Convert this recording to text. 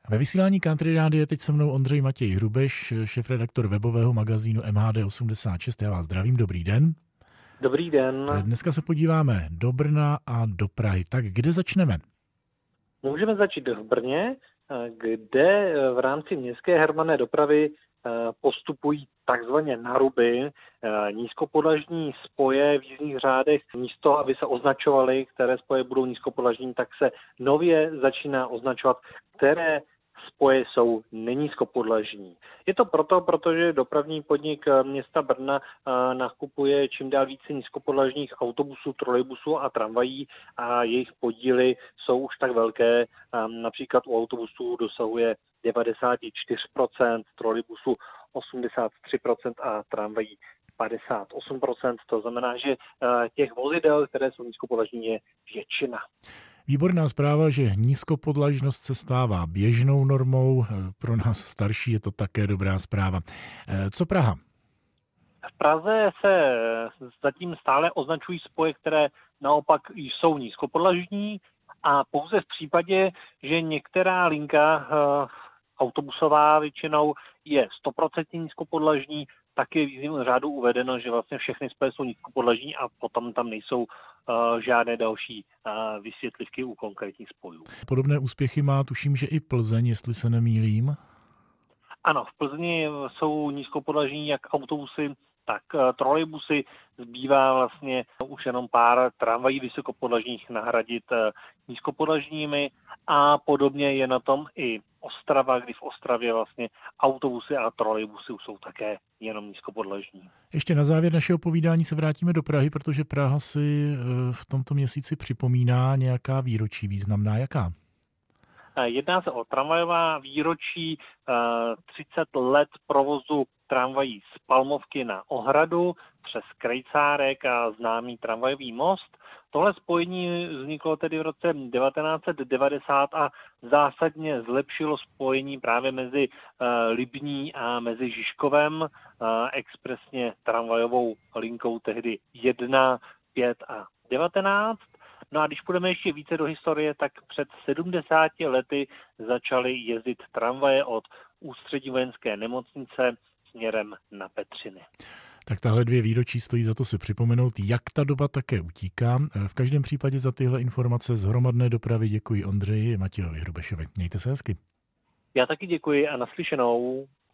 Ve vysílání Country Rádia je teď se mnou Ondřej Matěj Hrubeš, šéfredaktor webového magazínu MHD86. Já vás zdravím, dobrý den. Dobrý den. Dneska se podíváme do Brna a do Prahy. Tak kde začneme? Můžeme začít v Brně, kde v rámci městské hromadné dopravy postupují takzvaně naruby, nízkopodlažní spoje v jízdních řádech. Místo, aby se označovaly, které spoje budou nízkopodlažní, tak se nově začíná označovat, které spoje jsou nenízkopodlažní. Je to proto, protože dopravní podnik města Brna nakupuje čím dál více nízkopodlažních autobusů, trolejbusů a tramvají a jejich podíly jsou už tak velké. Například u autobusů dosahuje 94%, trolejbusů 83% a tramvají 58%. To znamená, že těch vozidel, které jsou nízkopodlažní, je většina. Výborná zpráva, že nízkopodlažnost se stává běžnou normou. Pro nás starší je to také dobrá zpráva. Co Praha? V Praze se zatím stále označují spoje, které naopak jsou nízkopodlažní a pouze v případě, že některá linka autobusová většinou je 100% nízkopodlažní, tak je v jízdním řádu uvedeno, že vlastně všechny spoje jsou nízkopodlažní a potom tam nejsou žádné další vysvětlivky u konkrétních spojů. Podobné úspěchy má, tuším, že i Plzeň, jestli se nemýlím. Ano, v Plzni jsou nízkopodlažní jak autobusy, tak trolejbusy. Zbývá vlastně už jenom pár tramvají vysokopodlažních nahradit nízkopodlažními a podobně je na tom i Ostrava, kdy v Ostravě vlastně autobusy a trolejbusy jsou také jenom nízkopodlažní. Ještě na závěr našeho povídání se vrátíme do Prahy, protože Praha si v tomto měsíci připomíná nějaká výročí významná. Jaká? Jedná se o tramvajová výročí 30 let provozu tramvají z Palmovky na Ohradu přes Krejcárek a známý tramvajový most. Tohle spojení vzniklo tedy v roce 1990 a zásadně zlepšilo spojení právě mezi Libní a mezi Žižkovem expresně tramvajovou linkou tehdy 1, 5 a 19. No a když půjdeme ještě více do historie, tak před 70 lety začaly jezdit tramvaje od Ústřední vojenské nemocnice směrem na Petřiny. Tak tahle 2 výročí stojí za to si připomenout, jak ta doba také utíká. V každém případě za tyhle informace z hromadné dopravy děkuji Ondřeji Matějovi Hrubešovi. Mějte se hezky. Já taky děkuji a naslyšenou.